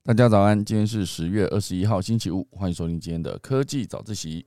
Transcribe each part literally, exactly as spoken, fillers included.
大家早安，今天是十月二十一号星期五，欢迎收听今天的科技早自习。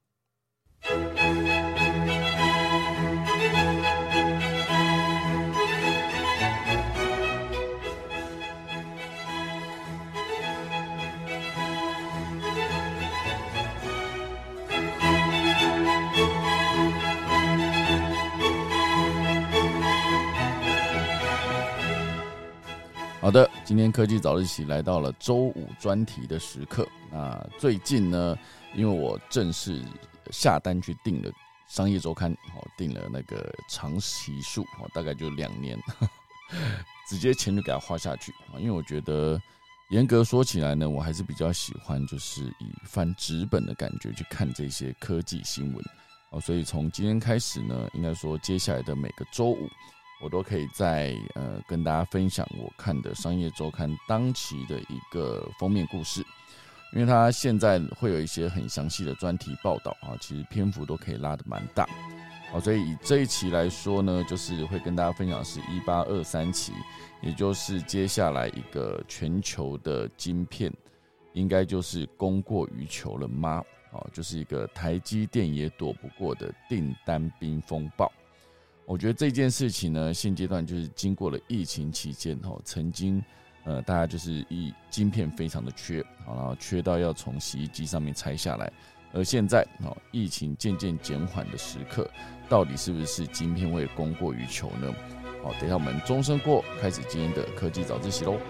好的，今天科技早自习来到了周五专题的时刻。那最近呢，因为我正式下单去订了商业周刊，订了那个长期数，大概就两年，直接钱就给它花下去。因为我觉得严格说起来呢，我还是比较喜欢就是以翻纸本的感觉去看这些科技新闻。所以从今天开始呢，应该说接下来的每个周五，我都可以在呃跟大家分享我看的商业周刊当期的一个封面故事，因为它现在会有一些很详细的专题报道啊，其实篇幅都可以拉得蛮大。好，所以以这一期来说呢，就是会跟大家分享的是一八二三期，也就是接下来一个全球的晶片，应该就是供过于求了吗？就是一个台积电也躲不过的订单冰风暴。我觉得这件事情呢，现阶段就是经过了疫情期间，曾经呃大家就是一晶片非常的缺，然后缺到要从洗衣机上面拆下来，而现在疫情渐渐减缓的时刻，到底是不是晶片会供过于求呢？好，等一下我们钟声过，开始今天的科技早自习喽。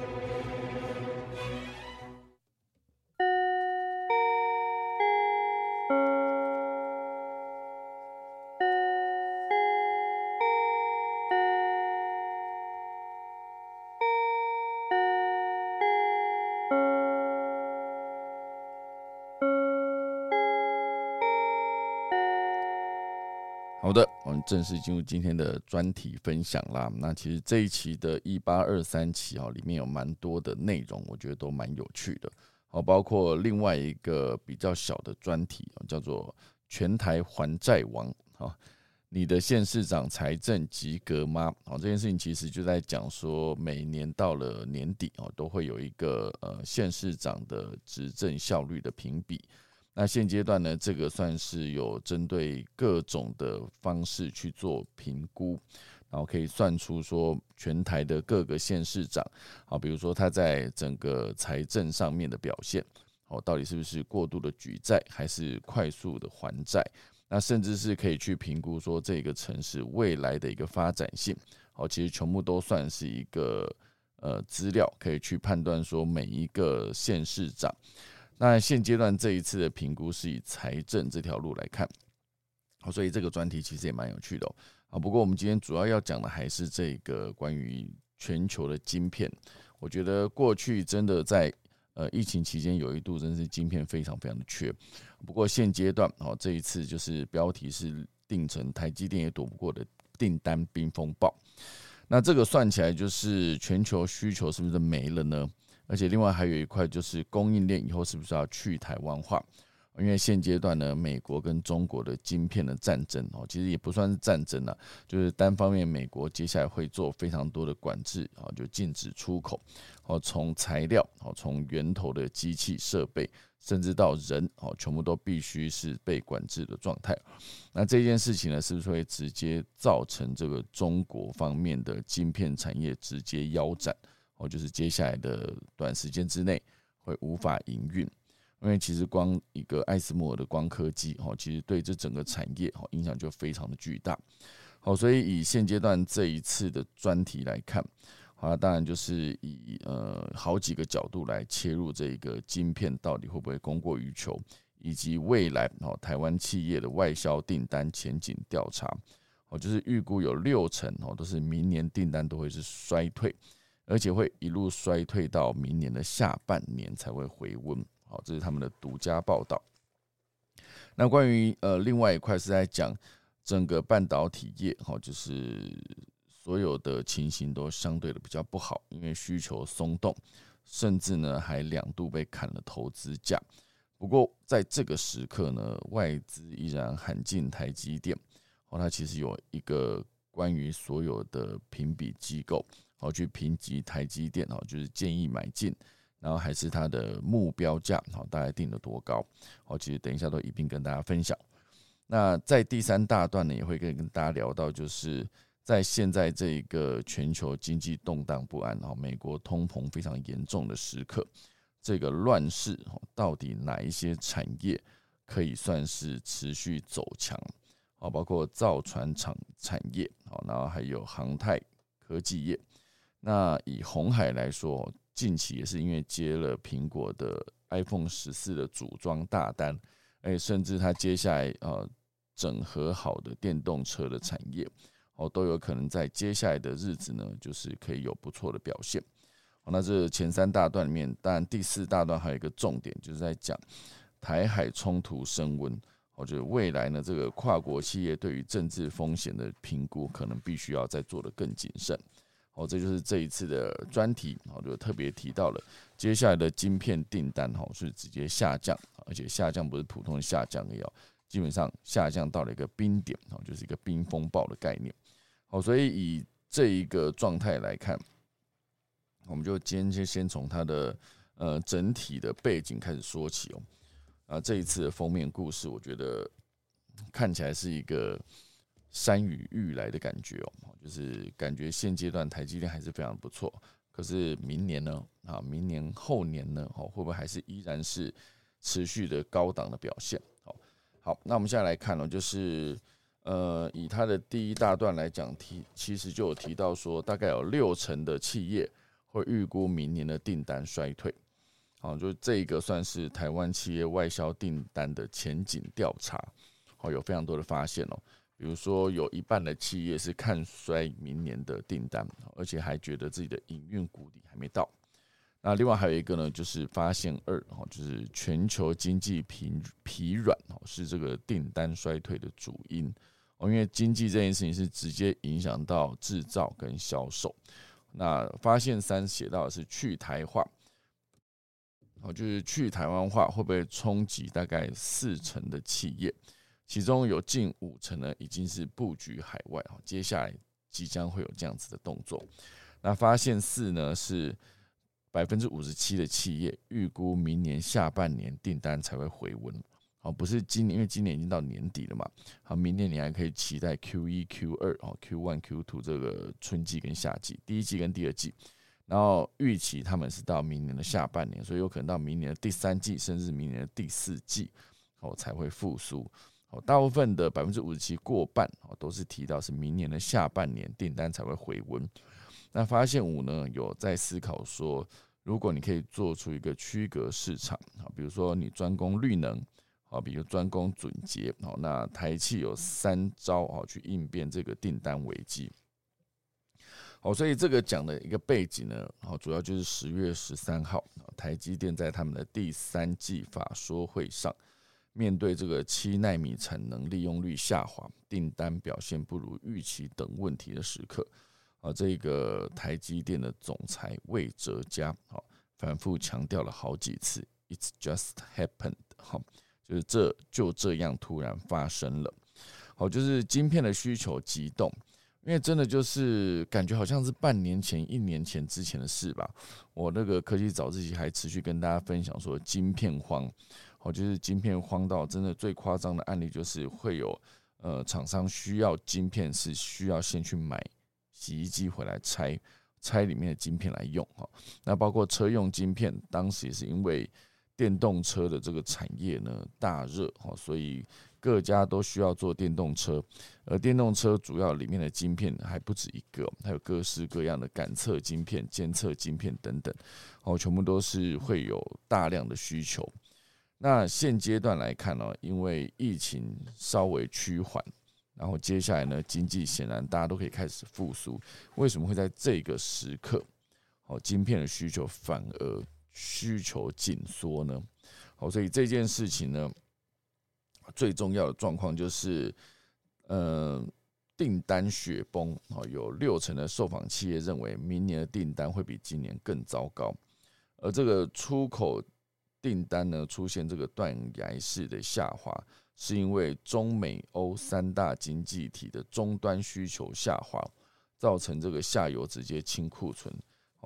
好的，我们正式进入今天的专题分享啦。那其实这一期的一八二三期里面有蛮多的内容，我觉得都蛮有趣的。包括另外一个比较小的专题，叫做全台还债王，你的县市长财政及格吗？这件事情其实就在讲说，每年到了年底都会有一个呃县市长的执政效率的评比。那现阶段呢，这个算是有针对各种的方式去做评估，然后可以算出说全台的各个县市长，好，比如说他在整个财政上面的表现，好，到底是不是过度的举债，还是快速的还债？那甚至是可以去评估说这个城市未来的一个发展性，好，其实全部都算是一个呃资料，可以去判断说每一个县市长。那现阶段这一次的评估是以财政这条路来看，所以这个专题其实也蛮有趣的哦。不过我们今天主要要讲的还是这个关于全球的晶片。我觉得过去真的在呃疫情期间有一度真是晶片非常非常的缺，不过现阶段这一次就是标题是定成台积电也躲不过的订单冰风暴。那这个算起来就是全球需求是不是没了呢？而且另外还有一块就是供应链以后是不是要去台湾化？因为现阶段呢，美国跟中国的晶片的战争其实也不算是战争啦，就是单方面美国接下来会做非常多的管制，就禁止出口，从材料、从源头的机器设备，甚至到人，全部都必须是被管制的状态。那这件事情呢，是不是会直接造成这个中国方面的晶片产业直接腰斩？就是接下来的短时间之内会无法营运，因为其实光一个艾斯摩尔的光刻机，其实对这整个产业影响就非常的巨大。所以以现阶段这一次的专题来看，当然就是以呃好几个角度来切入这个晶片到底会不会供过于求，以及未来台湾企业的外销订单前景调查，就是预估有六成都是明年订单都会是衰退。而且会一路衰退到明年的下半年才会回温，好，这是他们的独家报道。那关于呃另外一块是在讲整个半导体业，就是所有的情形都相对的比较不好，因为需求松动，甚至呢还两度被砍了投资价。不过在这个时刻呢，外资依然喊进台积电，它其实有一个关于所有的评比机构。去评级台积电，就是建议买进然后还是它的目标价，好，大概定了多高？好，其实等一下都一并跟大家分享。那在第三大段呢，也会跟跟大家聊到，就是在现在这一个全球经济动荡不安，美国通膨非常严重的时刻，这个乱世到底哪一些产业可以算是持续走强？包括造船厂产业，然后还有航太科技业。那以鸿海来说，近期也是因为接了苹果的 iPhone 十四的组装大单，甚至它接下来呃整合好的电动车的产业，都有可能在接下来的日子呢，就是可以有不错的表现。那这前三大段里面，当然第四大段还有一个重点，就是在讲台海冲突升温。我觉得未来呢，这个跨国企业对于政治风险的评估，可能必须要再做得更谨慎。哦，这就是这一次的专题，就特别提到了接下来的晶片订单是直接下降，而且下降不是普通的下降而已，基本上下降到了一个冰点，就是一个冰风暴的概念。好，所以以这一个状态来看，我们就今天先从它的呃整体的背景开始说起哦。啊，这一次的封面故事，我觉得看起来是一个山雨欲来的感觉哦，就是感觉现阶段台积电还是非常不错，可是明年呢？啊，明年后年呢？会不会还是依然是持续的高档的表现？好，那我们现在来看呢，就是呃，以它的第一大段来讲，提其实就有提到说，大概有六成的企业会预估明年的订单衰退。好，就这个算是台湾企业外销订单的前景调查，好，有非常多的发现哦。比如说，有一半的企业是看衰明年的订单，而且还觉得自己的营运谷底还没到。那另外还有一个呢，就是发现二，就是全球经济疲疲软是这个订单衰退的主因。因为经济这件事情是直接影响到制造跟销售。那发现三写到的是去台化。就是去台湾化会不会冲击大概四成的企业，其中有近五成呢已经是布局海外，接下来即将会有这样子的动作。那发现四呢是百分之五十七的企业预估明年下半年订单才会回温，好，不是今年，因为今年已经到年底了嘛，好，明年你还可以期待 Q 一、Q 二、Q 一、Q 二 这个春季跟夏季，第一季跟第二季。然后预期他们是到明年的下半年，所以有可能到明年的第三季，甚至明年的第四季，才会复苏。大部分的百分之五十七过半都是提到是明年的下半年订单才会回温。那发现五呢，有在思考说，如果你可以做出一个区隔市场，比如说你专攻绿能，比如专攻准结，那台企有三招去应变这个订单危机。好，所以这个讲的一个背景呢，主要就是十月十三号，台积电在他们的第三季法说会上，面对这个七奈米产能利用率下滑、订单表现不如预期等问题的时刻，这个台积电的总裁魏哲嘉反复强调了好几次 ，It's just happened， 就是这就这样突然发生了。好，就是晶片的需求急动。因为真的就是感觉好像是半年前、一年前之前的事吧。我那个科技早自习还持续跟大家分享说，晶片荒，就是晶片荒到真的最夸张的案例，就是会有呃厂商需要晶片，是需要先去买洗衣机回来拆，拆里面的晶片来用。那包括车用晶片，当时也是因为电动车的这个产业呢大热，所以各家都需要做电动车，而电动车主要里面的晶片还不止一个，还有各式各样的感测晶片、监测晶片等等，全部都是会有大量的需求。那现阶段来看呢，因为疫情稍微趋缓，然后接下来呢，经济显然大家都可以开始复苏，为什么会在这个时刻，晶片的需求反而需求紧缩呢？好，所以这件事情呢，最重要的状况就是，呃，订单雪崩，有六成的受访企业认为明年的订单会比今年更糟糕，而这个出口订单呢出现这个断崖式的下滑，是因为中美欧三大经济体的终端需求下滑，造成这个下游直接清库存，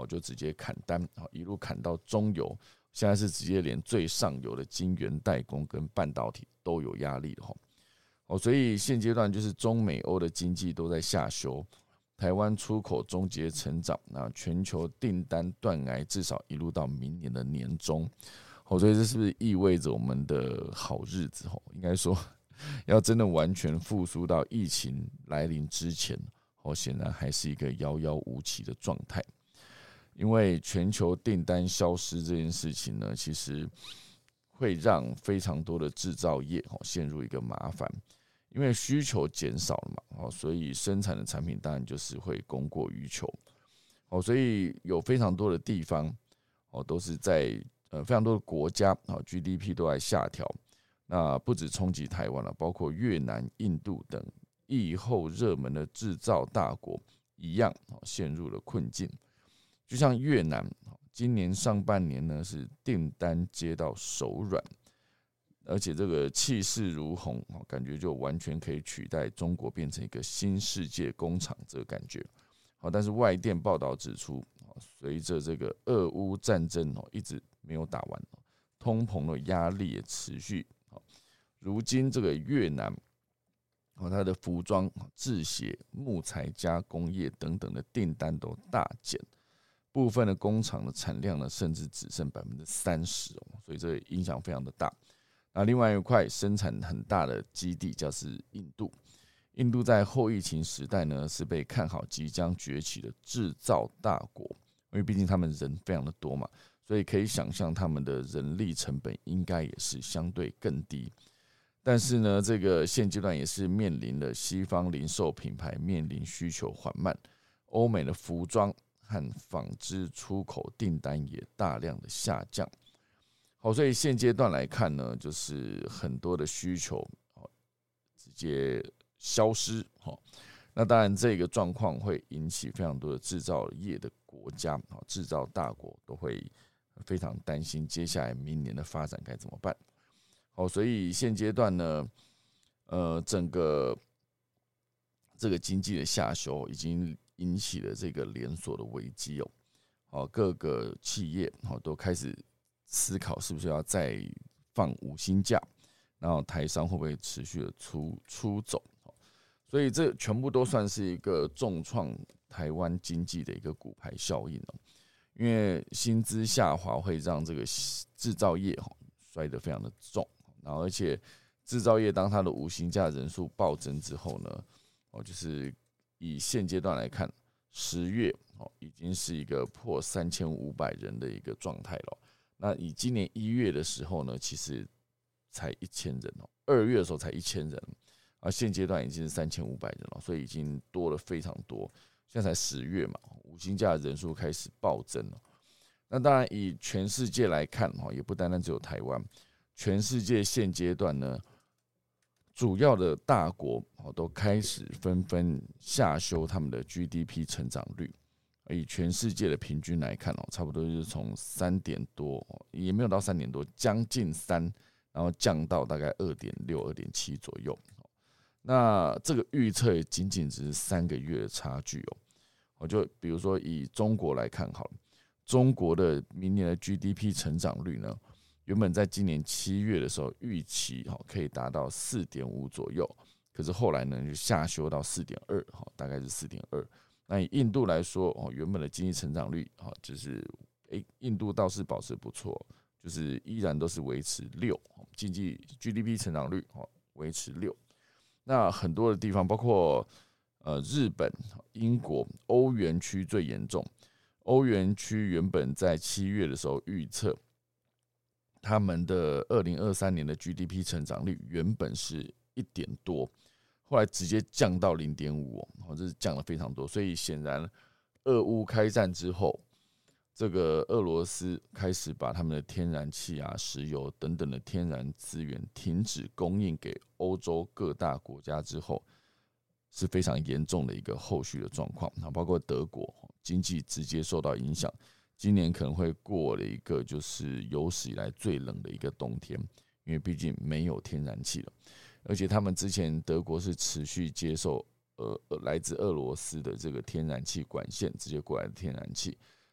就直接砍单，一路砍到中游，现在是直接连最上游的晶圆代工跟半导体都有压力了。所以现阶段就是中美欧的经济都在下修，台湾出口终结成长，那全球订单断崖至少一路到明年的年中。所以这是不是意味着我们的好日子应该说要真的完全复苏到疫情来临之前，显然还是一个遥遥无期的状态。因为全球订单消失这件事情呢，其实会让非常多的制造业陷入一个麻烦，因为需求减少了嘛，所以生产的产品当然就是会供过于求。所以有非常多的地方都是在呃，非常多的国家 G D P 都在下调，那不止冲击台湾了，包括越南、印度等疫后热门的制造大国一样陷入了困境。就像越南，今年上半年呢是订单接到手软，而且这个气势如虹，感觉就完全可以取代中国，变成一个新世界工厂这个感觉。但是外电报道指出，随着这个俄乌战争一直没有打完，通膨的压力也持续。如今这个越南，它的服装、制鞋、木材加工业等等的订单都大减，部分的工厂的产量呢，甚至只剩百分之三十，所以这影响非常的大。那另外一块生产很大的基地就是印度。印度在后疫情时代呢，是被看好即将崛起的制造大国，因为毕竟他们人非常的多嘛，所以可以想象他们的人力成本应该也是相对更低。但是呢，这个现阶段也是面临了西方零售品牌面临需求缓慢，欧美的服装和纺织出口订单也大量的下降。好，所以现阶段来看呢，就是很多的需求直接消失。那当然这个状况会引起非常多的制造业的国家，制造大国都会非常担心接下来明年的发展该怎么办。好，所以现阶段呢，呃，整个这个经济的下修已经引起了这个连锁的危机哦。好，各个企业都开始思考是不是要再放五星假，然后台商会不会持续的出出走。所以这全部都算是一个重创台湾经济的一个骨牌效应哦。因为薪资下滑会让这个制造业摔得非常的重，然后而且制造业当它的无薪假人数暴增之后呢，就是以现阶段来看，十月已经是一个破三千五百人的一个状态了。那以今年一月的时候呢，其实才一千人哦，二月的时候才一千人。而现阶段已经是三千五百人了，所以已经多了非常多。现在才十月嘛，无薪假的人数开始暴增了。那当然，以全世界来看，也不单单只有台湾，全世界现阶段呢，主要的大国都开始纷纷下修他们的 G D P 成长率。以全世界的平均来看，差不多就是从三点多，也没有到三点多，将近三，然后降到大概二点六、二点七左右。那这个预测也仅仅只是三个月的差距哦。我就比如说以中国来看好了，中国的明年的 G D P 成长率呢，原本在今年七月的时候预期可以达到 四点五 左右，可是后来呢就下修到 四点二， 大概是 四点二。那以印度来说，原本的经济成长率就是印度倒是保持不错，就是依然都是维持六，经济 G D P 成长率维持六。那很多的地方，包括呃日本、英国、欧元区最严重。欧元区原本在七月的时候预测，他们的二零二三年的 G D P 成长率原本是一点多，后来直接降到 零点五， 这是降了非常多。所以显然，俄乌开战之后，这个俄罗斯开始把他们的天然气啊、石油等等的天然资源停止供应给欧洲各大国家之后，是非常严重的一个后续的状况。包括德国经济直接受到影响，今年可能会过了一个就是有史以来最冷的一个冬天，因为毕竟没有天然气了，而且他们之前德国是持续接受呃来自俄罗斯的这个天然气管线直接过来的天然气。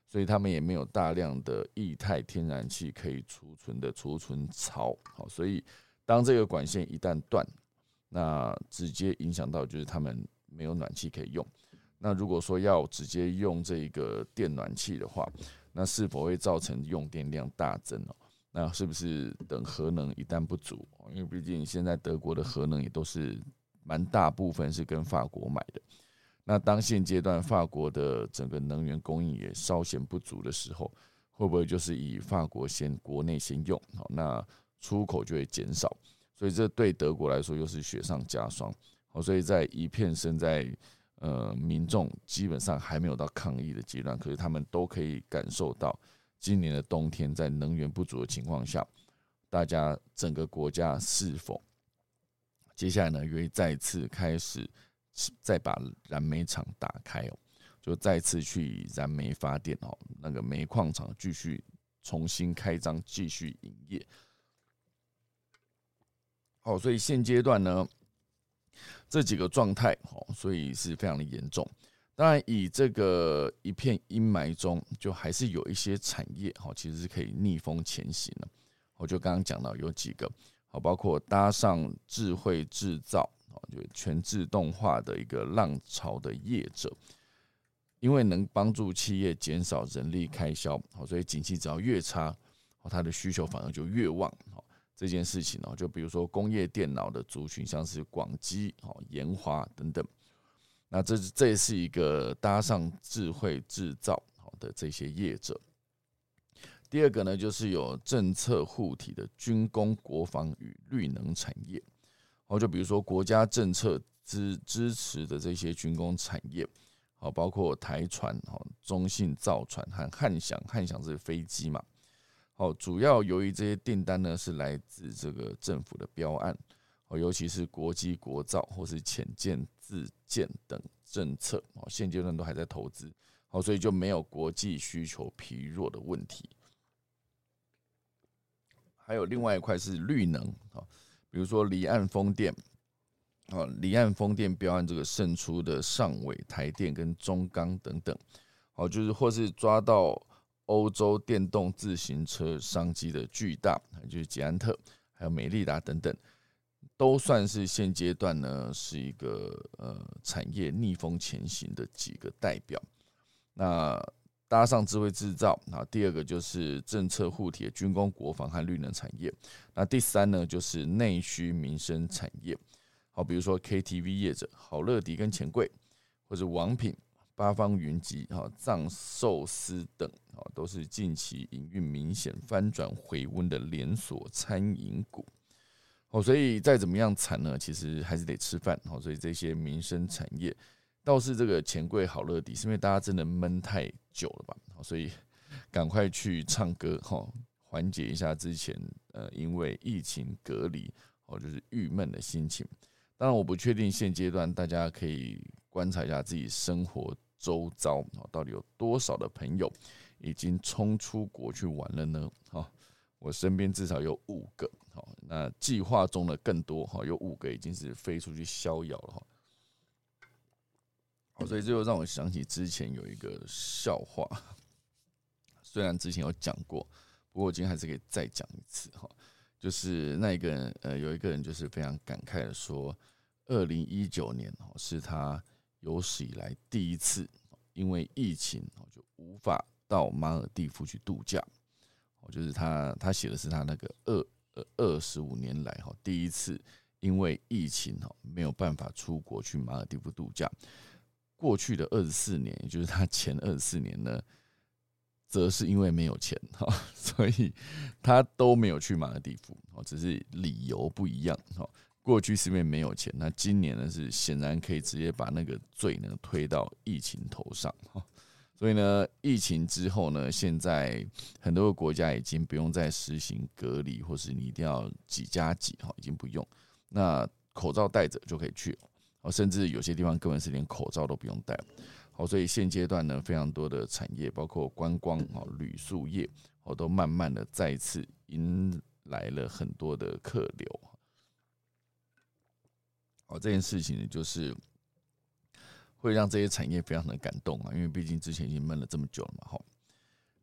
所以他们也没有大量的液态天然气可以储存的储存槽。好，所以当这个管线一旦断，那直接影响到就是他们没有暖气可以用。那如果说要直接用这个电暖气的话，那是否会造成用电量大增哦？那是不是等核能一旦不足？因为毕竟现在德国的核能也都是蛮大部分是跟法国买的。那当现阶段法国的整个能源供应也稍显不足的时候，会不会就是以法国先国内先用，那出口就会减少？所以这对德国来说又是雪上加霜。所以在一片身在呃民众基本上还没有到抗议的阶段，可是他们都可以感受到今年的冬天在能源不足的情况下，大家整个国家是否接下来呢愿意再次开始再把燃煤厂打开哦，就再次去燃煤发电哦，那个煤矿厂继续重新开张，继续营业。好，所以现阶段呢，这几个状态，所以是非常的严重。当然，以这个一片阴霾中，就还是有一些产业其实是可以逆风前行的。我就刚刚讲到有几个，包括搭上智慧制造，就全自动化的一个浪潮的业者，因为能帮助企业减少人力开销，所以景气只要越差，它的需求反而就越旺。这件事情就比如说工业电脑的族群，像是广基、研华等等，那这这也是一个搭上智慧制造的这些业者。第二个呢，就是有政策护体的军工、国防与绿能产业。就比如说国家政策支支持的这些军工产业，包括台船、中信造船和汉翔，汉翔是飞机嘛。主要由于这些订单呢是来自这个政府的标案，尤其是国机国造或是潜舰自建等政策，现阶段都还在投资，所以就没有国际需求疲弱的问题。还有另外一块是绿能，比如说离岸风电，离岸风电标案这个胜出的上尾、台电跟中钢等等，就是或是抓到欧洲电动自行车商机的巨大，就是捷安特，还有美利达等等，都算是现阶段呢是一个呃产业逆风前行的几个代表。那搭上智慧制造，第二个就是政策护体的军工、国防和绿能产业。那第三呢，就是内需民生产业，好，比如说 K T V 业者好乐迪跟钱柜，或者王品、八方云集、藏寿司等，都是近期营运明显翻转回温的连锁餐饮股。所以再怎么样惨呢，其实还是得吃饭。所以这些民生产业，倒是这个钱柜好乐迪，是因为大家真的闷太久了吧，所以赶快去唱歌，缓解一下之前呃因为疫情隔离就是郁闷的心情。当然，我不确定现阶段大家可以观察一下自己生活周遭到底有多少的朋友已经冲出国去玩了呢？我身边至少有五个，那计划中的更多，有五个已经是飞出去逍遥了。所以这就让我想起之前有一个笑话，虽然之前有讲过，不过我今天还是可以再讲一次。就是那一个人，呃，有一个人就是非常感慨的说，二零一九年是他有史以来第一次因为疫情就无法到马尔地夫去度假。就是他他写的是他那个二二十五年来第一次因为疫情没有办法出国去马尔地夫度假。过去的二十四年，也就是他前二十四年呢，则是因为没有钱，所以他都没有去马尔地夫，只是理由不一样。过去是因为没有钱，那今年呢是显然可以直接把那个罪呢推到疫情头上。所以呢，疫情之后呢，现在很多个国家已经不用再实行隔离，或是你一定要几加几，已经不用。那口罩戴着就可以去。甚至有些地方根本是连口罩都不用戴。好，所以现阶段呢，非常多的产业，包括观光、旅宿业，都慢慢的再次迎来了很多的客流。好，这件事情呢，就是会让这些产业非常的感动啊，因为毕竟之前已经闷了这么久了嘛。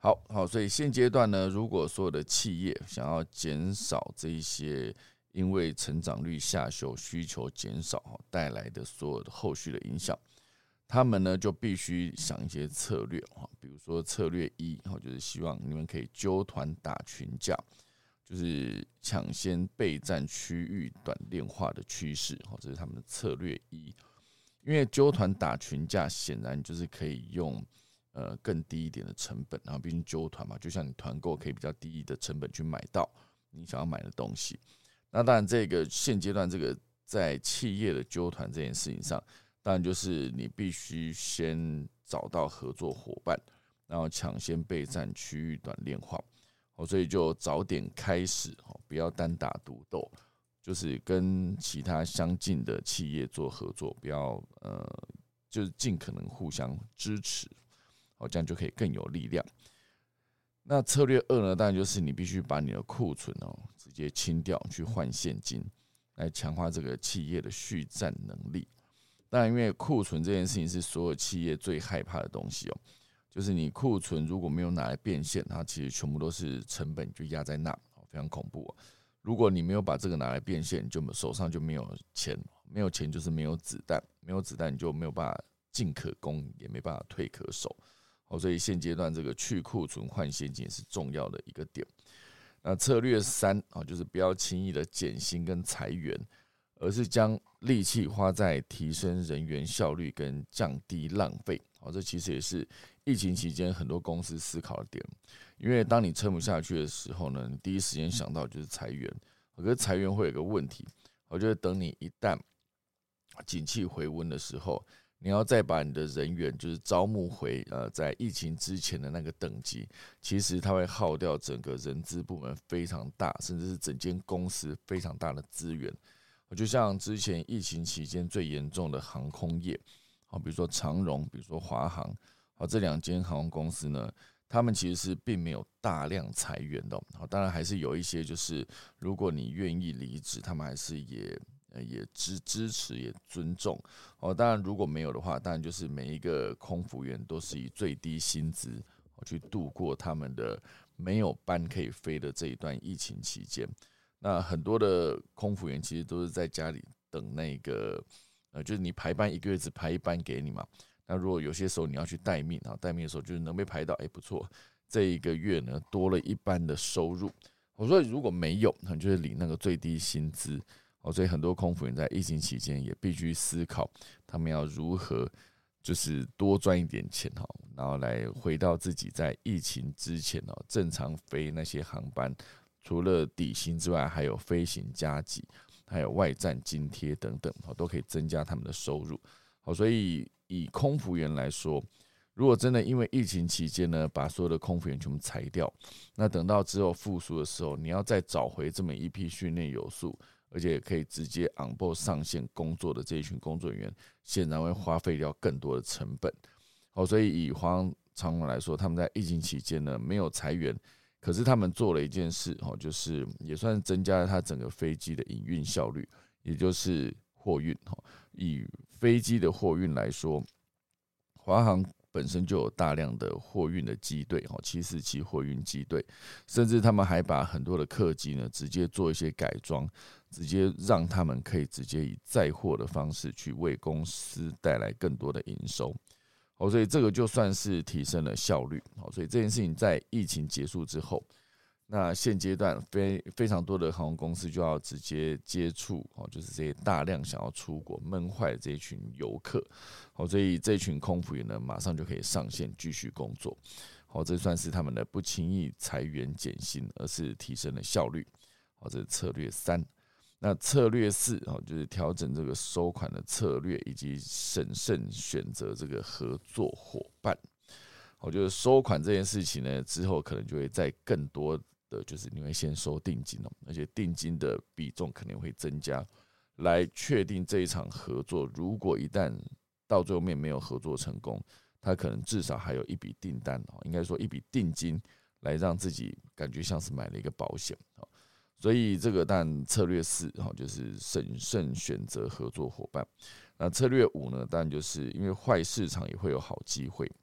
好好，所以现阶段呢，如果所有的企业想要减少这一些因为成长率下修、需求减少带来的所有的后续的影响，他们呢就必须想一些策略，比如说策略一，就是希望你们可以揪团打群架，就是抢先备战区域短链化的趋势，这是他们的策略一。因为揪团打群架显然就是可以用呃更低一点的成本，然后毕竟揪团嘛，就像你团购可以比较低的成本去买到你想要买的东西。那当然，这个现阶段这个在企业的揪团这件事情上，当然就是你必须先找到合作伙伴，然后抢先备战区域短链化，所以就早点开始，不要单打独斗，就是跟其他相近的企业做合作，不要呃，就是尽可能互相支持，这样就可以更有力量。那策略二呢，当然就是你必须把你的库存哦直接清掉，去换现金，来强化这个企业的续战能力。当然，因为库存这件事情是所有企业最害怕的东西哦，就是你库存如果没有拿来变现，它其实全部都是成本就压在那，非常恐怖哦。如果你没有把这个拿来变现，你就手上就没有钱，没有钱就是没有子弹，没有子弹你就没有办法进可攻，也没办法退可守。所以现阶段这个去库存换现金是重要的一个点。那策略三就是不要轻易的减薪跟裁员，而是将力气花在提升人员效率跟降低浪费。这其实也是疫情期间很多公司思考的点。因为当你撑不下去的时候呢，你第一时间想到就是裁员。可是裁员会有个问题，我觉得等你一旦景气回温的时候，你要再把你的人员就是招募回呃在疫情之前的那个等级，其实它会耗掉整个人资部门非常大，甚至是整间公司非常大的资源。就像之前疫情期间最严重的航空业，比如说长荣，比如说华航，这两间航空公司呢，他们其实是并没有大量裁员的。当然还是有一些，就是如果你愿意离职，他们还是也也支支持也尊重。当然如果没有的话，当然就是每一个空服员都是以最低薪资去度过他们的没有班可以飞的这一段疫情期间。那很多的空服员其实都是在家里等那个，呃，就是你排班一个月只排一班给你嘛。那如果有些时候你要去待命啊，待命的时候就是能被排到，哎，不错，这一个月呢多了一半的收入。我说如果没有，你就是领那个最低薪资。所以很多空服员在疫情期间也必须思考，他们要如何就是多赚一点钱，然后来回到自己在疫情之前正常飞那些航班。除了底薪之外，还有飞行加给，还有外站津贴等等，都可以增加他们的收入。所以以空服员来说，如果真的因为疫情期间呢，把所有的空服员全部裁掉，那等到之后复苏的时候，你要再找回这么一批训练有素，而且可以直接 on board 上线工作的这一群工作人员，显然会花费掉更多的成本。所以以华航、长荣来说，他们在疫情期间呢没有裁员。可是他们做了一件事，就是也算是增加了它整个飞机的营运效率，也就是货运。以飞机的货运来说，华航本身就有大量的货运的机队，七四七货运机队，甚至他们还把很多的客机呢直接做一些改装，直接让他们可以直接以载货的方式去为公司带来更多的营收。所以这个就算是提升了效率。所以这件事情在疫情结束之后，那现阶段非非常多的航空公司就要直接接触，就是这些大量想要出国闷坏的这一群游客。所以这群空服员呢，马上就可以上线继续工作。这算是他们的不轻易裁员减薪，而是提升了效率。这是策略三。那策略四就是调整这个收款的策略，以及审慎选择这个合作伙伴。我觉得收款这件事情呢，之后可能就会在更多的就是你会先收定金，而且定金的比重可能会增加，来确定这一场合作。如果一旦到最后面没有合作成功，他可能至少还有一笔订单，应该说一笔定金，来让自己感觉像是买了一个保险。所以这个当然策略四就是审慎选择合作伙伴。那策略五呢，当然就是因为坏市场也会有好机会。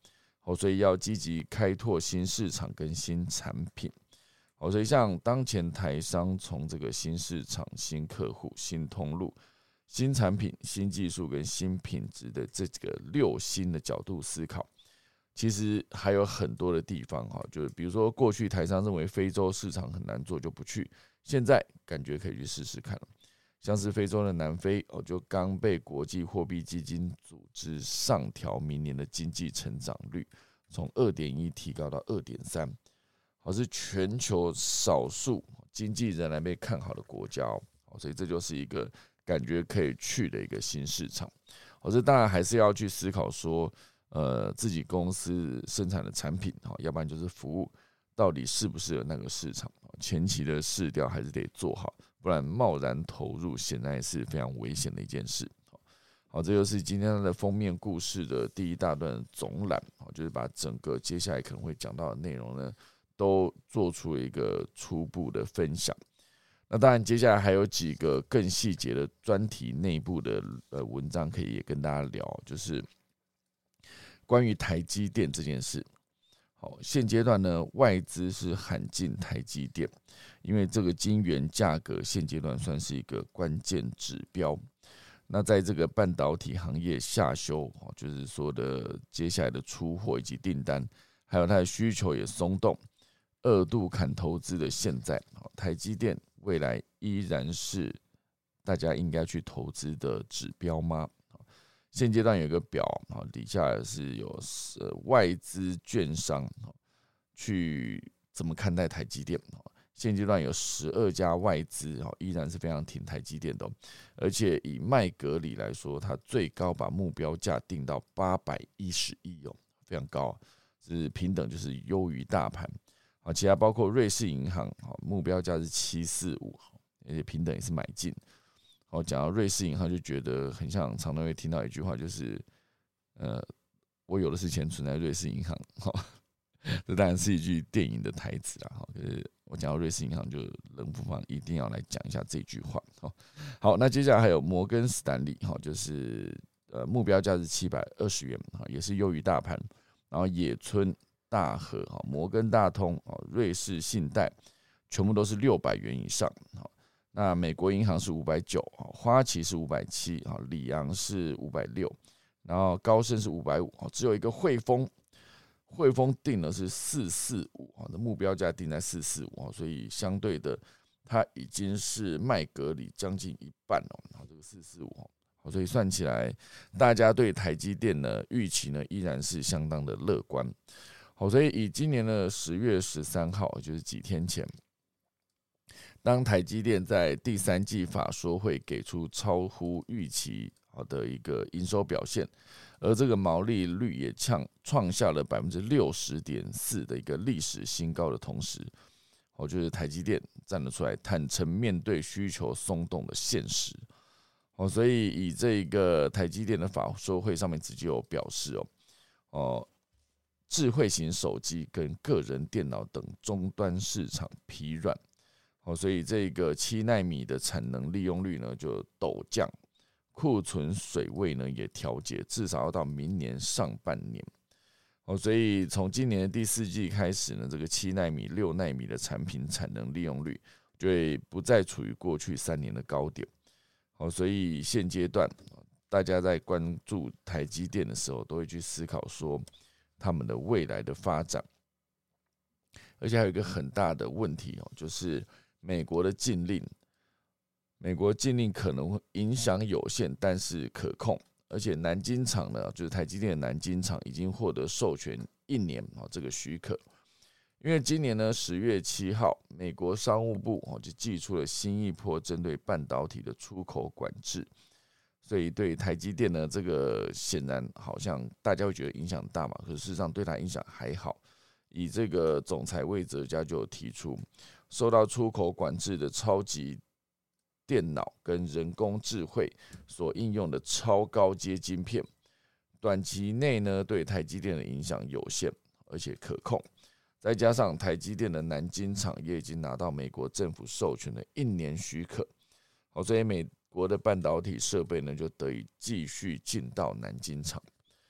好，所以要积极开拓新市场跟新产品。好，所以像当前台商从这个新市场、新客户、新通路、新产品、新技术跟新品质的这个六新的角度思考，其实还有很多的地方哈，就是比如说过去台商认为非洲市场很难做就不去，现在感觉可以去试试看了。像是非洲的南非哦，就刚被国际货币基金组织上调明年的经济成长率，从 二点一 提高到 二点三， 好，是全球少数经济仍然被看好的国家哦，所以这就是一个感觉可以去的一个新市场。好，这当然还是要去思考说，呃，自己公司生产的产品，要不然就是服务，到底适不适合那个市场，前期的市调还是得做好。不然贸然投入显然也是非常危险的一件事。好，这就是今天的封面故事的第一大段总览，就是把整个接下来可能会讲到的内容呢，都做出一个初步的分享。那当然，接下来还有几个更细节的专题内部的呃文章可以也跟大家聊，就是关于台积电这件事。好，现阶段呢，外资是喊进台积电，因为这个晶圆价格现阶段算是一个关键指标。那在这个半导体行业下修，就是说的接下来的出货以及订单，还有它的需求也松动，二度砍投资的现在，台积电未来依然是大家应该去投资的指标吗？现阶段有一个表，底下是有外资券商去怎么看待台积电。现阶段有十二家外资依然是非常挺台积电的，而且以麦格理来说，它最高把目标价定到八百一十亿哦，非常高，是平等就是优于大盘。其他包括瑞士银行，目标价是七百四十五，而且平等也是买进。哦，讲到瑞士银行，就觉得很像常常会听到一句话，就是呃，我有的是钱存在瑞士银行。这当然是一句电影的台词啦。可是我讲到瑞士银行，就冷不防一定要来讲一下这句话。好，那接下来还有摩根士丹利，就是呃目标价是七百二十元，也是优于大盘。然后野村、大和、摩根大通、瑞士信贷，全部都是六百元以上。那美国银行是五百九十，花旗是五百七十，里昂是五百六十，然后高盛是五百五十，只有一个汇丰，汇丰定的是四百四十五，目标价定在四百四十五，所以相对的，它已经是麦格理将近一半哦，这个四百四十五，所以算起来，大家对台积电的预期呢，依然是相当的乐观。好，所以以今年的十月十三号，就是几天前，当台积电在第三季法说会给出超乎预期的一个营收表现，而这个毛利率也创下了 百分之六十点四 的一个历史新高的同时，我觉得台积电站得出来，坦诚面对需求松动的现实。所以以这个台积电的法说会上面直接有表示哦，智慧型手机跟个人电脑等终端市场疲软。所以这个七奈米的产能利用率呢就陡降，库存水位呢也调节，至少要到明年上半年。所以从今年的第四季开始呢，这个七奈米、六奈米的产品产能利用率就会不再处于过去三年的高点。所以现阶段大家在关注台积电的时候，都会去思考说他们的未来的发展。而且还有一个很大的问题，就是美国的禁令，美国禁令可能会影响有限，但是可控。而且南京厂呢，就是台积电的南京厂已经获得授权一年这个许可。因为今年呢十月七号，美国商务部就祭出了新一波针对半导体的出口管制，所以对台积电呢，这个显然好像大家会觉得影响大嘛，可是事实上对它影响还好。以这个总裁魏哲嘉就有提出，受到出口管制的超级电脑跟人工智慧所应用的超高阶晶片，短期内呢对台积电的影响有限，而且可控。再加上台积电的南京厂也已经拿到美国政府授权的一年许可，所以美国的半导体设备呢就得以继续进到南京厂。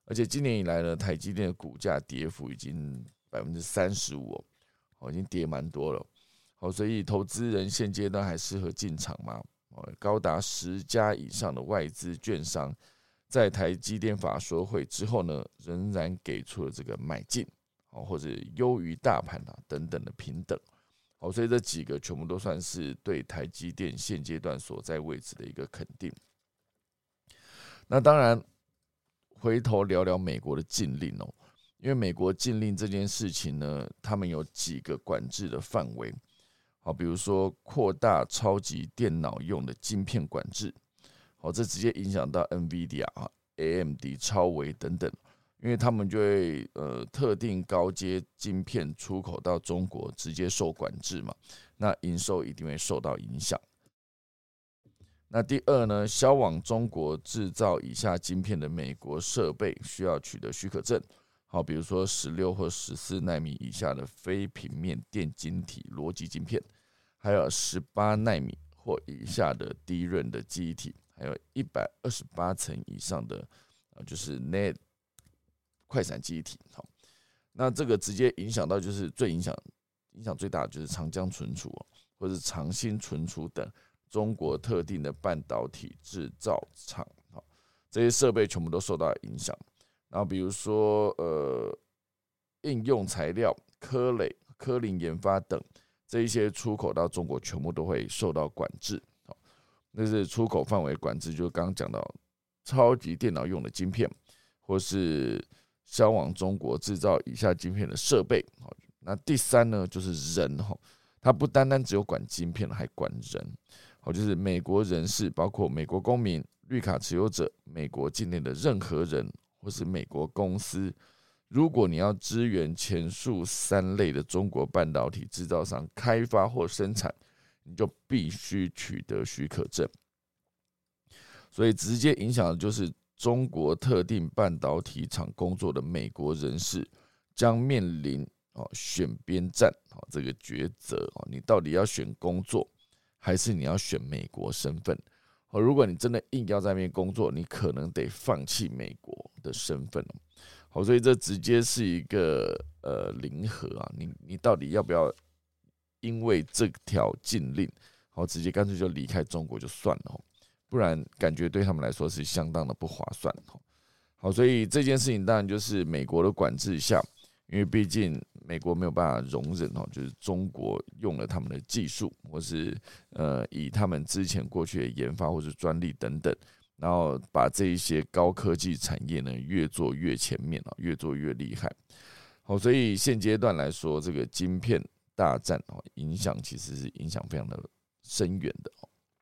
而且今年以来呢，台积电的股价跌幅已经百分之三十五哦，已经跌蛮多了。好，所以投资人现阶段还适合进场吗？高达十家以上的外资券商，在台积电法说会之后呢，仍然给出了这个买进，或者优于大盘啊等等的评等。好，所以这几个全部都算是对台积电现阶段所在位置的一个肯定。那当然，回头聊聊美国的禁令哦，因为美国禁令这件事情呢，他们有几个管制的范围。好，比如说扩大超级电脑用的晶片管制，好，这直接影响到 Nvidia、A M D、超微等等，因为他们就会呃特定高阶晶片出口到中国直接受管制嘛，那营收一定会受到影响。那第二呢，销往中国制造以下晶片的美国设备需要取得许可证。好，比如说十六或十四奈米以下的非平面电晶体逻辑晶片，还有十八奈米或以下的低润的记忆体，还有一百二十八层以上的就是 N A T 快闪记忆体。好，那这个直接影响到就是最影响影响最大的就是长江存储或是长兴存储等中国特定的半导体制造厂，这些设备全部都受到影响。然后比如说呃应用材料、科磊、科林研发等这一些出口到中国全部都会受到管制。那是出口范围管制，就是刚刚讲到超级电脑用的晶片，或是销往中国制造以下晶片的设备。那第三呢，就是人，它不单单只有管晶片，还管人。就是美国人士，包括美国公民、绿卡持有者、美国境内的任何人，或是美国公司，如果你要支援前述三类的中国半导体制造商开发或生产，你就必须取得许可证。所以直接影响的就是中国特定半导体厂工作的美国人士将面临选边站这个抉择，你到底要选工作，还是你要选美国身份？如果你真的硬要在那边工作，你可能得放弃美国的身份。好，所以这直接是一个呃零和啊，你你到底要不要因为这条禁令，好直接干脆就离开中国就算了，不然感觉对他们来说是相当的不划算。好，所以这件事情当然就是美国的管制下，因为毕竟美国没有办法容忍就是中国用了他们的技术，或是呃以他们之前过去的研发或是专利等等，然后把这一些高科技产业呢越做越前面，越做越厉害。好，所以现阶段来说，这个晶片大战影响其实是影响非常的深远的。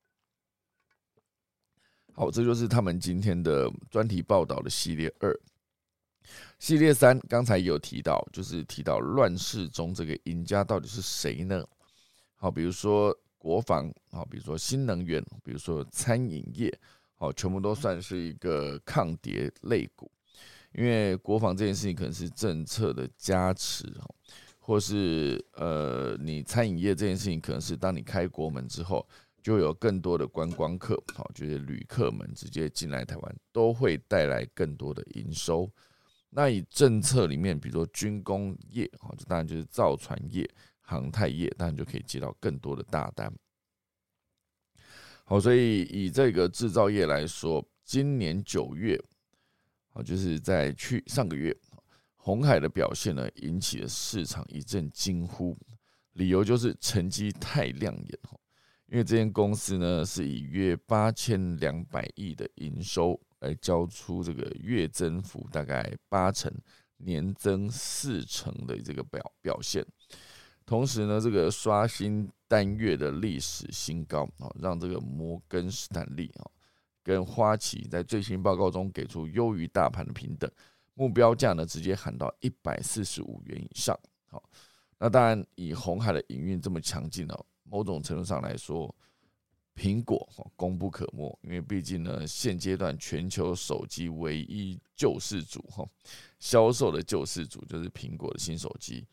好，这就是他们今天的专题报道的系列二。系列三刚才有提到，就是提到乱世中这个赢家到底是谁呢？好，比如说国防，好，比如说新能源，比如说餐饮业，好，全部都算是一个抗跌类股。因为国防这件事情可能是政策的加持，或是呃你餐饮业这件事情可能是当你开国门之后，就有更多的观光客，好，就是旅客们直接进来台湾，都会带来更多的营收。那以政策里面，比如说军工业，当然就是造船业、航太业，当然就可以接到更多的大单。好，所以以这个制造业来说，今年九月，就是在去上个月，鸿海的表现呢，引起了市场一阵惊呼，理由就是成绩太亮眼。因为这间公司呢，是以约八千两百亿的营收来交出这个月增幅大概八成、年增四成的这个表表现。同时呢，这个刷新单月的历史新高，让这个摩根士丹利跟花旗在最新报告中给出优于大盘的评等，目标价呢直接喊到一百四十五元以上。好，那当然以鸿海的营运这么强劲，某种程度上来说，苹果功不可没，因为毕竟呢，现阶段全球手机唯一救世主，销售的救世主就是苹果的新手机，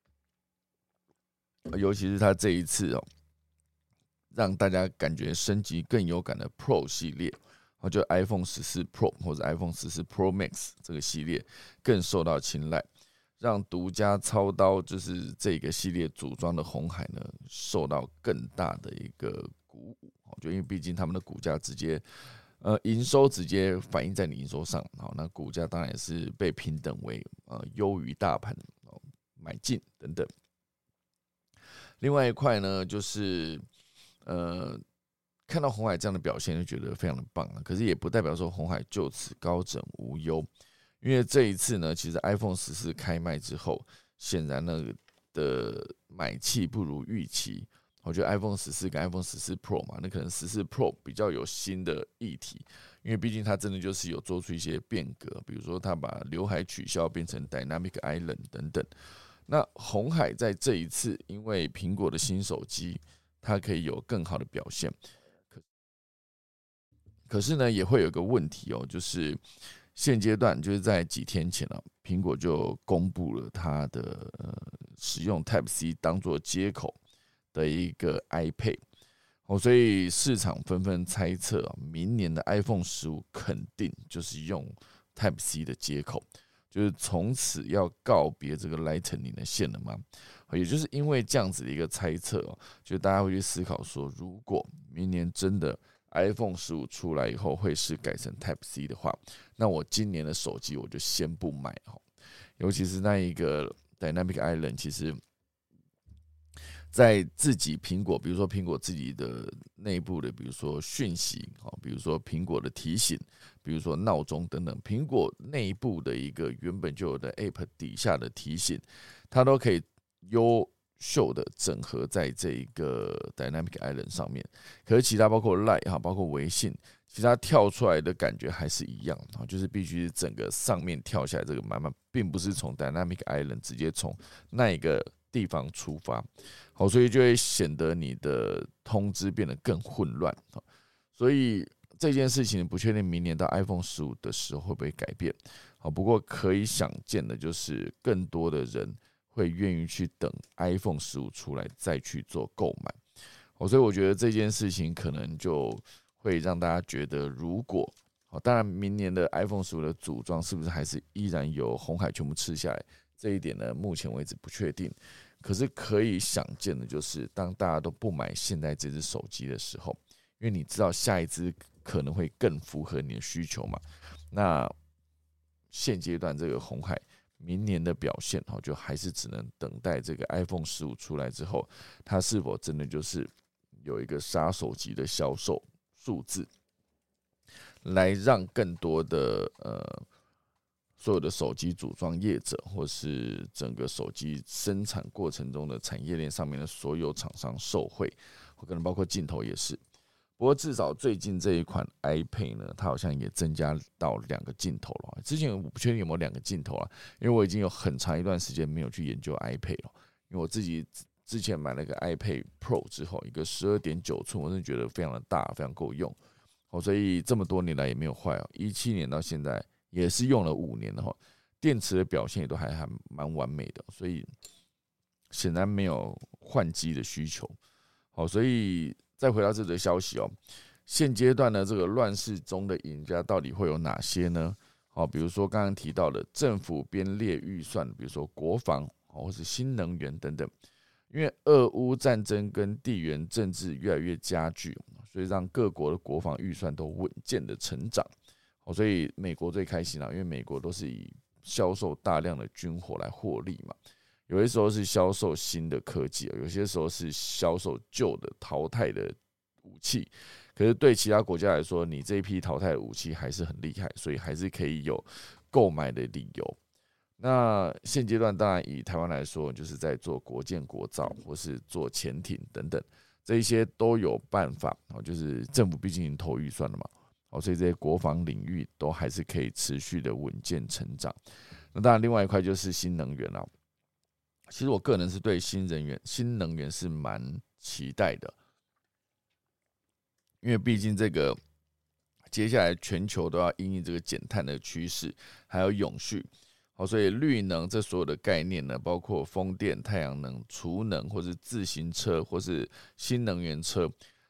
尤其是它这一次哦，让大家感觉升级更有感的 Pro 系列， 就 iPhone 十四 Pro 或者 iPhone 十四 Pro Max 这个系列更受到青睐，让独家操刀就是这个系列组装的鸿海呢，受到更大的一个鼓舞。就因为毕竟他们的股价直接，呃，营收直接反映在你营收上，好，那股价当然也是被平等为呃优于大盘，买进等等。另外一块呢，就是呃。看到鸿海这样的表现，就觉得非常的棒啊。可是也不代表说鸿海就此高枕无忧，因为这一次呢，其实 iPhone 十四开卖之后，显然呢的买气不如预期。我觉得 iPhone 十四跟 iPhone 十四 Pro 嘛，那可能十四 Pro 比较有新的议题，因为毕竟它真的就是有做出一些变革，比如说它把刘海取消变成 Dynamic Island 等等。那鸿海在这一次，因为苹果的新手机，它可以有更好的表现。可是呢，也会有一个问题哦，就是现阶段就是在几天前啊，苹果就公布了它的、呃、使用 Type C 当做接口的一个 iPad，哦，所以市场纷纷猜测啊，明年的 iPhone 十五肯定就是用 Type C 的接口，就是从此要告别这个 Lightning 的线了吗？也就是因为这样子的一个猜测哦，就大家会去思考说，如果明年真的iPhone 十五出来以后会是改成 Type C 的话，那我今年的手机我就先不买，尤其是那一个 Dynamic Island， 其实在自己苹果，比如说苹果自己的内部的，比如说讯息，比如说苹果的提醒，比如说闹钟等等，苹果内部的一个原本就有的 App 底下的提醒，它都可以优秀的整合在这一个 Dynamic Island 上面。可是其他包括 Line 包括微信，其他跳出来的感觉还是一样，就是必须整个上面跳下来这个慢慢，并不是从 Dynamic Island 直接从那一个地方出发，好，所以就会显得你的通知变得更混乱。所以这件事情不确定明年到 iPhone 十五的时候会不会改变。好，不过可以想见的就是更多的人会愿意去等 iPhone 十五出来再去做购买。好，所以我觉得这件事情可能就会让大家觉得，如果当然明年的 iPhone 十五的组装是不是还是依然由鸿海全部吃下来，这一点呢，目前为止不确定。可是可以想见的就是，当大家都不买现在这只手机的时候，因为你知道下一只可能会更符合你的需求嘛。那现阶段这个鸿海明年的表现，就还是只能等待这个 iPhone 十五出来之后，它是否真的就是有一个杀手级的销售数字，来让更多的呃。所有的手机组装业者，或是整个手机生产过程中的产业链上面的所有厂商受惠，可能包括镜头也是。不过至少最近这一款 iPad 呢，它好像也增加到两个镜头了。之前我不确定有没有两个镜头了，因为我已经有很长一段时间没有去研究 iPad 了。因为我自己之前买了个 iPad Pro 之后，一个 十二点九 寸，我真的觉得非常的大，非常够用。所以这么多年来也没有坏哦，十七年到现在。也是用了五年的话，电池的表现也都还还蛮完美的，所以显然没有换机的需求。好，所以再回到这则消息哦，现阶段呢，这个乱世中的赢家到底会有哪些呢？好，比如说刚刚提到的政府编列预算，比如说国防或是新能源等等，因为俄乌战争跟地缘政治越来越加剧，所以让各国的国防预算都稳健的成长。所以美国最开心啦，因为美国都是以销售大量的军火来获利嘛。有些时候是销售新的科技，有些时候是销售旧的淘汰的武器。可是对其他国家来说，你这一批淘汰的武器还是很厉害，所以还是可以有购买的理由。那现阶段当然以台湾来说，就是在做国建国造，或是做潜艇等等，这一些都有办法。就是政府毕竟已经投预算了嘛。所以这些国防领域都还是可以持续的稳健成长。那当然，另外一块就是新能源了。其实我个人是对新能源、新能源是蛮期待的，因为毕竟这个接下来全球都要因应这个减碳的趋势，还有永续。好，所以绿能这所有的概念呢，包括风电、太阳能、储能，或是自行车，或是新能源车。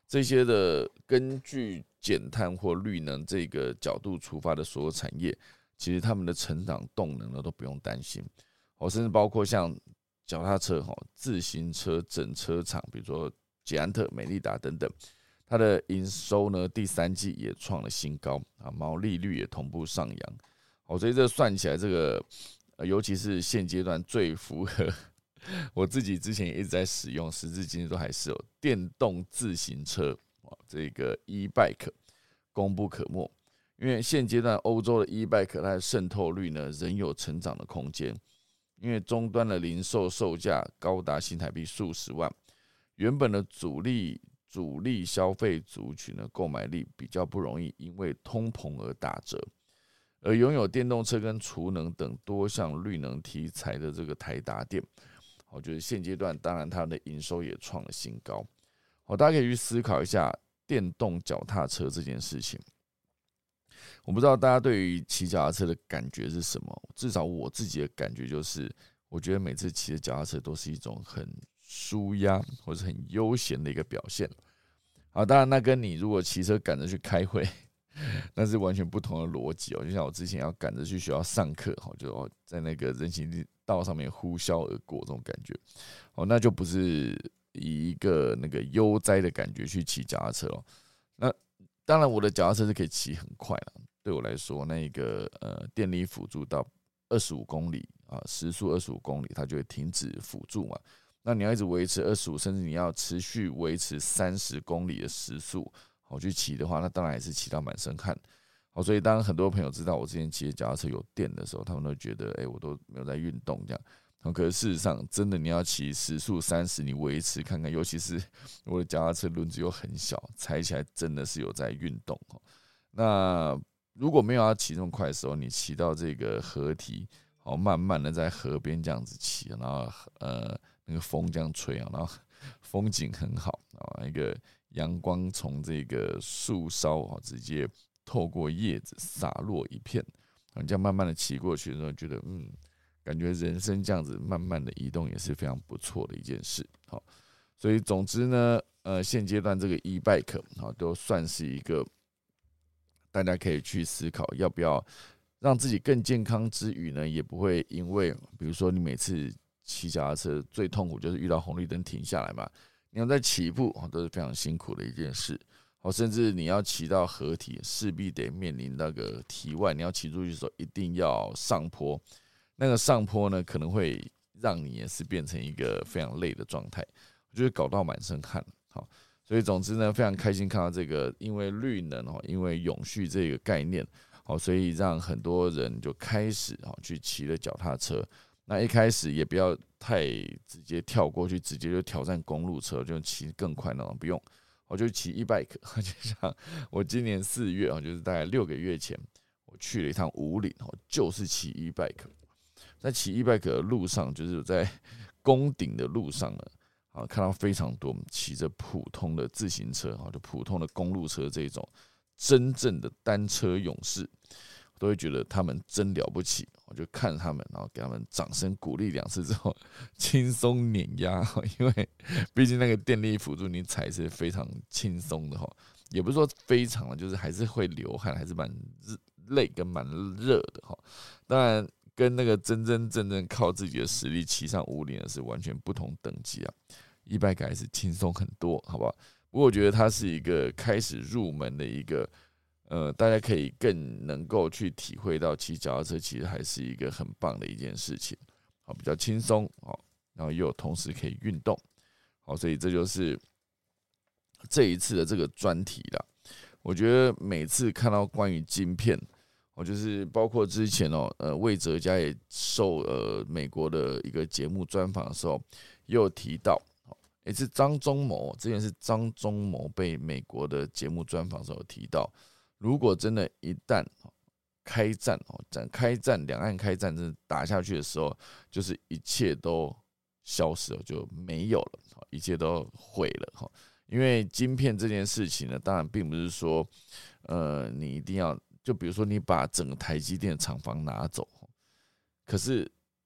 这些的根据减碳或绿能这个角度出发的所有产业，其实他们的成长动能呢都不用担心。甚至包括像脚踏车、自行车整车厂，比如说捷安特、美利达等等，它的营收呢第三季也创了新高，毛利率也同步上扬。所以这算起来，这个尤其是现阶段最符合我自己之前也一直在使用，时至今日都还是有电动自行车，这个 e-bike 功不可没。因为现阶段欧洲的 e-bike 它的渗透率呢仍有成长的空间，因为终端的零售售价高达新台币数十万，原本的主力主力消费族群的购买力比较不容易因为通膨而打折。而拥有电动车跟储能等多项绿能题材的这个台达电，我觉得现阶段当然它的营收也创了新高。大家可以去思考一下电动脚踏车这件事情。我不知道大家对于骑脚踏车的感觉是什么，至少我自己的感觉就是，我觉得每次骑的脚踏车都是一种很舒压或者很悠闲的一个表现。好，当然那跟你如果骑车赶着去开会，那是完全不同的逻辑哦。就像我之前要赶着去学校上课，就在那个人行道上面呼啸而过这种感觉，那就不是以一个那个悠哉的感觉去骑脚踏车哦。那当然，我的脚踏车是可以骑很快啦，对我来说，那个呃电力辅助到二十五公里啊，时速二十五公里，它就会停止辅助嘛。那你要一直维持二十五，甚至你要持续维持三十公里的时速，好去骑的话，那当然也是骑到满身汗。好，所以当很多朋友知道我之前骑的脚踏车有电的时候，他们都觉得，哎、欸，我都没有在运动这样。可是事实上，真的你要骑时速三十，你维持看看，尤其是我的脚踏车轮子又很小，踩起来真的是有在运动。那如果没有要骑这么快的时候，你骑到这个河堤，好慢慢的在河边这样子骑，然后呃那个风这样吹啊，然后风景很好啊，一个阳光从这个树梢直接透过叶子洒落一片，你这样慢慢的骑过去的时候，觉得嗯。感觉人生这样子慢慢的移动也是非常不错的一件事。好，所以总之呢，呃，现阶段这个 e-bike 都算是一个大家可以去思考要不要让自己更健康之余呢，也不会因为比如说你每次骑脚踏车最痛苦就是遇到红绿灯停下来嘛，你要在起步都是非常辛苦的一件事。甚至你要骑到河堤，势必得面临那个堤外，你要骑出去的时候一定要上坡。那个上坡呢，可能会让你也是变成一个非常累的状态，我觉得搞到满身汗。好，所以总之呢，非常开心看到这个，因为绿能哦，因为永续这个概念，好，所以让很多人就开始去骑了脚踏车。那一开始也不要太直接跳过去，直接就挑战公路车，就骑更快那种，不用，我就骑 e-bike。就像我今年四月啊，就是大概六个月前，我去了一趟武岭，就是骑 e-bike。在骑 e-bike 的路上，就是在攻顶的路上呢，啊，看到非常多骑着普通的自行车，就普通的公路车这种真正的单车勇士，我都会觉得他们真了不起。我就看他们，然后给他们掌声鼓励两次之后，轻松碾压，因为毕竟那个电力辅助你踩是非常轻松的哈，也不是说非常了，就是还是会流汗，还是蛮累跟蛮热的哈。当然。跟那个真真正正靠自己的实力骑上武岭的是完全不同等级啊 ，e-bike 还是轻松很多，好不好？不过我觉得它是一个开始入门的一个，呃，大家可以更能够去体会到骑脚踏车其实还是一个很棒的一件事情，好，比较轻松，好，然后又有同时可以运动，好，所以这就是这一次的这个专题啦。我觉得每次看到关于晶片。就是包括之前哦，呃，魏哲家也受呃美国的一个节目专访的时候，也有提到，也是张忠谋，之前是张忠谋被美国的节目专访的时候有提到，如果真的一旦开战哦，开战，两岸开战，真的打下去的时候，就是一切都消失了，就没有了，一切都毁了哈。因为晶片这件事情呢，当然并不是说，呃，你一定要。就比如说，你把整个台积电的厂房拿走，可是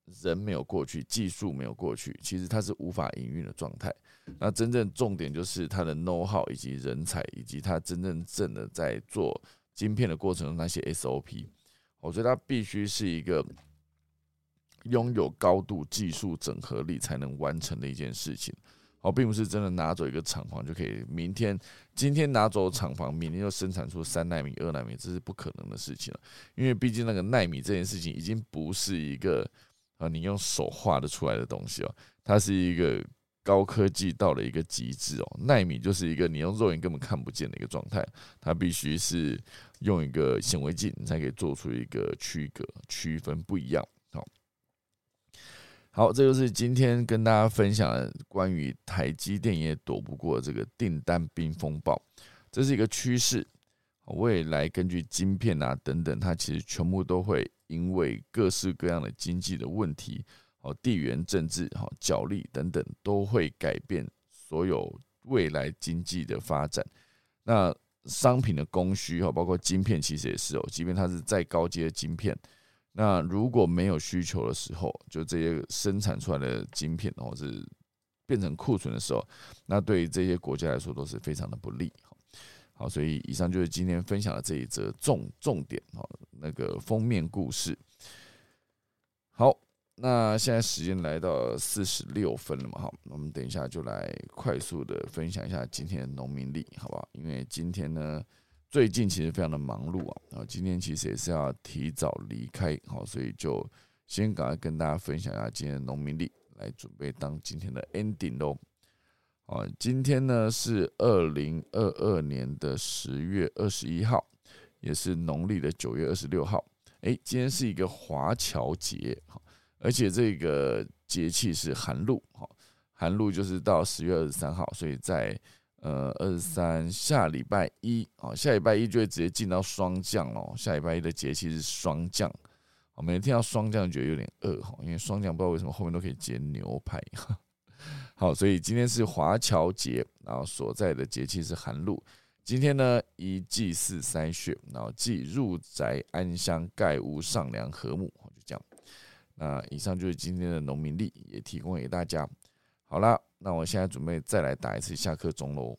人没有过去，技术没有过去，其实它是无法营运的状态。那真正重点就是它的 know how 以及人才，以及它真正正的在做晶片的过程中那些 S O P。我觉得它必须是一个拥有高度技术整合力才能完成的一件事情。哦，并不是真的拿走一个厂房就可以，明天今天拿走厂房，明天就生产出三奈米、二奈米，这是不可能的事情了。因为毕竟那个奈米这件事情已经不是一个啊你用手画的出来的东西哦，它是一个高科技到了一个极致哦。奈米就是一个你用肉眼根本看不见的一个状态，它必须是用一个显微镜才可以做出一个区隔、区分不一样。好。好，这就是今天跟大家分享的关于台积电也躲不过这个订单冰风暴，这是一个趋势。未来根据晶片啊等等，它其实全部都会因为各式各样的经济的问题、地缘政治、角力等等，都会改变所有未来经济的发展。那商品的供需，包括晶片，其实也是哦，即便它是再高阶的晶片。那如果没有需求的时候，就这些生产出来的晶片或是变成库存的时候，那对于这些国家来说都是非常的不利。好，所以以上就是今天分享的这一则重重点那个封面故事。好，那现在时间来到四十六分了嘛，好，我们等一下就来快速的分享一下今天的农民历，好不好？因为今天呢，最近其实非常的忙碌啊，今天其实也是要提早离开，好，所以就先赶快跟大家分享一下今天的农民历，来准备当今天的 ending 咯。好，今天呢是二零二二年的十月二十一号，也是农历的九月二十六号。哎，今天是一个华侨节，而且这个节气是寒露，寒露就是到十月二十三号，所以在呃，二十三下礼拜一，下礼拜一就会直接进到霜降了。下礼拜一的节气是霜降，每天听到霜降觉得有点饿，因为霜降不知道为什么后面都可以接牛排。好，所以今天是华侨节，然后所在的节气是寒露。今天呢，宜祭祀筛选，然后忌入宅安乡盖屋上梁和睦，就这样。那以上就是今天的农民历，也提供给大家。好啦，那我现在准备再来打一次下课钟喽。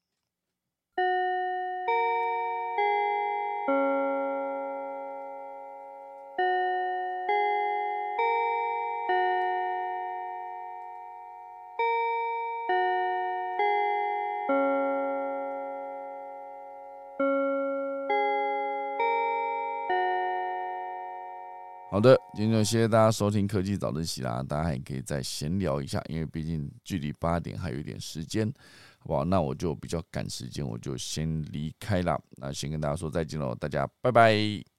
好的，今天就谢谢大家收听科技早自习啦，大家还可以再闲聊一下，因为毕竟距离八点还有一点时间，好不好？那我就比较赶时间，我就先离开啦。那先跟大家说再见喽，大家拜拜。